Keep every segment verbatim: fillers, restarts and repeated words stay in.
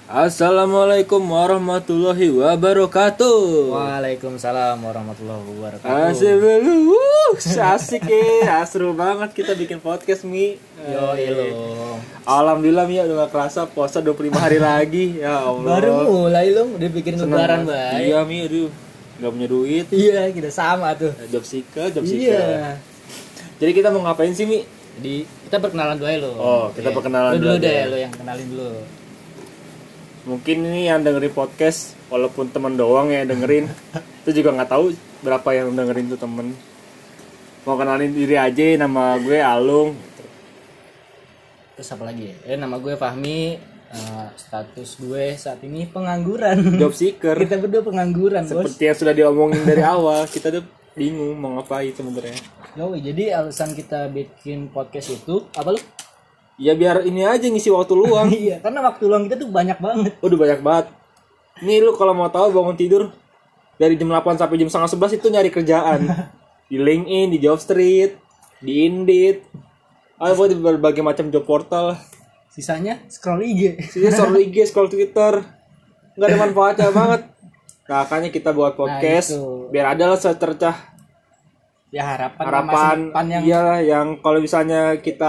Assalamualaikum warahmatullahi wabarakatuh. Waalaikumsalam warahmatullahi wabarakatuh. Asik dulu, asik ya, seru banget kita bikin podcast Mi. Yo lo. Alhamdulillah Mi, udah gak kerasa puasa dua puluh lima hari lagi. Ya Allah. Baru mulai lo, udah bikin lebaran baik. Iya Mi, aduh, gak punya duit. Iya, kita sama tuh. Job seeker, job seeker. Iya. Jadi kita mau ngapain sih Mi? Jadi kita perkenalan dulu ya lo. Oh, kita Iya. perkenalan Lu dulu dulu deh, ya. lo yang kenalin dulu. Mungkin ini yang dengerin podcast, walaupun temen doang ya dengerin, itu juga nggak tahu berapa yang dengerin tuh temen. Mau kenalin diri aja, nama gue Alung. Terus apa lagi ya? Eh, nama gue Fahmi. Uh, status gue saat ini pengangguran. Job seeker. Kita berdua pengangguran, bos. Seperti yang sudah diomongin dari awal, kita tuh bingung mau ngapain sebenarnya. Yo, jadi alasan kita bikin podcast itu apa lu? Ya biar ini aja ngisi waktu luang. Iya, karena waktu luang kita tuh banyak banget. Udah banyak banget. Nih lu kalau mau tahu bangun tidur dari jam delapan sampai jam setengah sebelas itu nyari kerjaan. Di LinkedIn, di Jobstreet, di Indeed. Ada buat di berbagai macam job portal. Sisanya scroll I G. Sisanya scroll I G, scroll Twitter. Enggak ada manfaatnya banget. Nah, makanya kita buat podcast Nah, biar ada lah secercah Ya harapan harapan masa depan yang iya yang kalau misalnya kita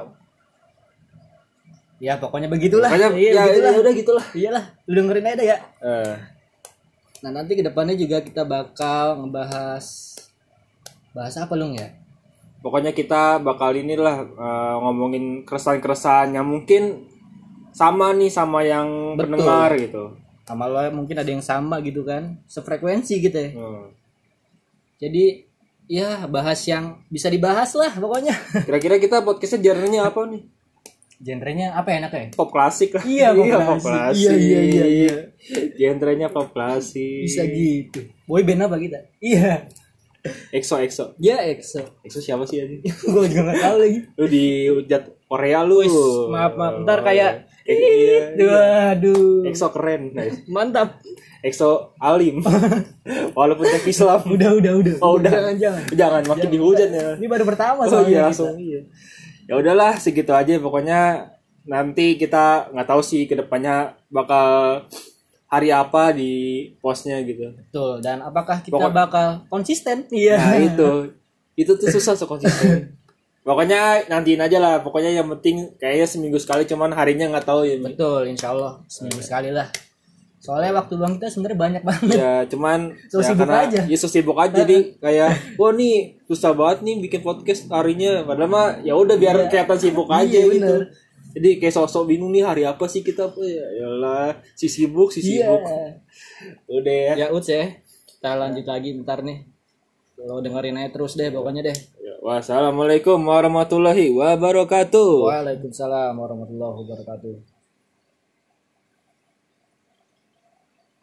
ya pokoknya begitulah. Makanya, Iya, ya, begitulah. ya udah gitulah. Iyalah, lu dengerin aja ya. Eh, Nah, nanti kedepannya juga kita bakal ngebahas bahas apa lu ya? pokoknya kita bakal inilah eh, ngomongin keresahan-keresahan yang mungkin sama nih sama yang Betul. pendengar gitu. Sama lo mungkin ada yang sama gitu kan, sefrekuensi gitu ya. Hmm. Jadi ya bahas yang bisa dibahas lah pokoknya. Kira-kira kita podcastnya genre-nya apa nih? Genrenya apa ya enaknya? Pop klasik lah. Iya, pop pop klasik. klasik. Iya, iya, iya, iya. Genrenya pop klasik. Bisa gitu. Boy band apa kita? Iya. EXO EXO. Ya EXO. EXO siapa sih anjing? Gue juga enggak tahu lagi. Lu dihujat Korea lu. Wis, maaf maaf. Ntar kayak Eh, iya, iya. Waduh. EXO keren, nice. Mantap. EXO alim. Walaupun cek Islam. Udah udah udah. Oh, udah. Jangan jangan. Jangan makin dihujat ya. Ini baru pertama Oh soalnya iya kita. langsung iya. Ya udahlah segitu aja pokoknya nanti kita nggak tahu sih kedepannya bakal hari apa di postnya gitu. Betul. Dan apakah kita Pokok- bakal konsisten? Iya. Nah itu itu tuh susah so konsisten. Pokoknya nantiin aja lah. Pokoknya yang penting kayaknya seminggu sekali cuman harinya nggak tahu ya. Mi. Betul. Insya Allah seminggu sekali lah. Soalnya waktu luang kita sebenarnya banyak banget. Ya cuman So ya, sibuk karena- aja. Ya so sibuk aja jadi kayak wah nih susah banget nih bikin podcast harinya. Padahal mah ya udah biar Iya. kelihatan sibuk aja Iya, gitu. bener. Jadi kayak sosok bingung nih hari apa sih kita apa ya yalah si sibuk si Iya. sibuk. Udah ya. Ya Uts ya. Kita lanjut lagi ntar nih. Lo dengerin aja terus deh pokoknya deh. Ya, wassalamualaikum warahmatullahi wabarakatuh. Waalaikumsalam warahmatullahi wabarakatuh.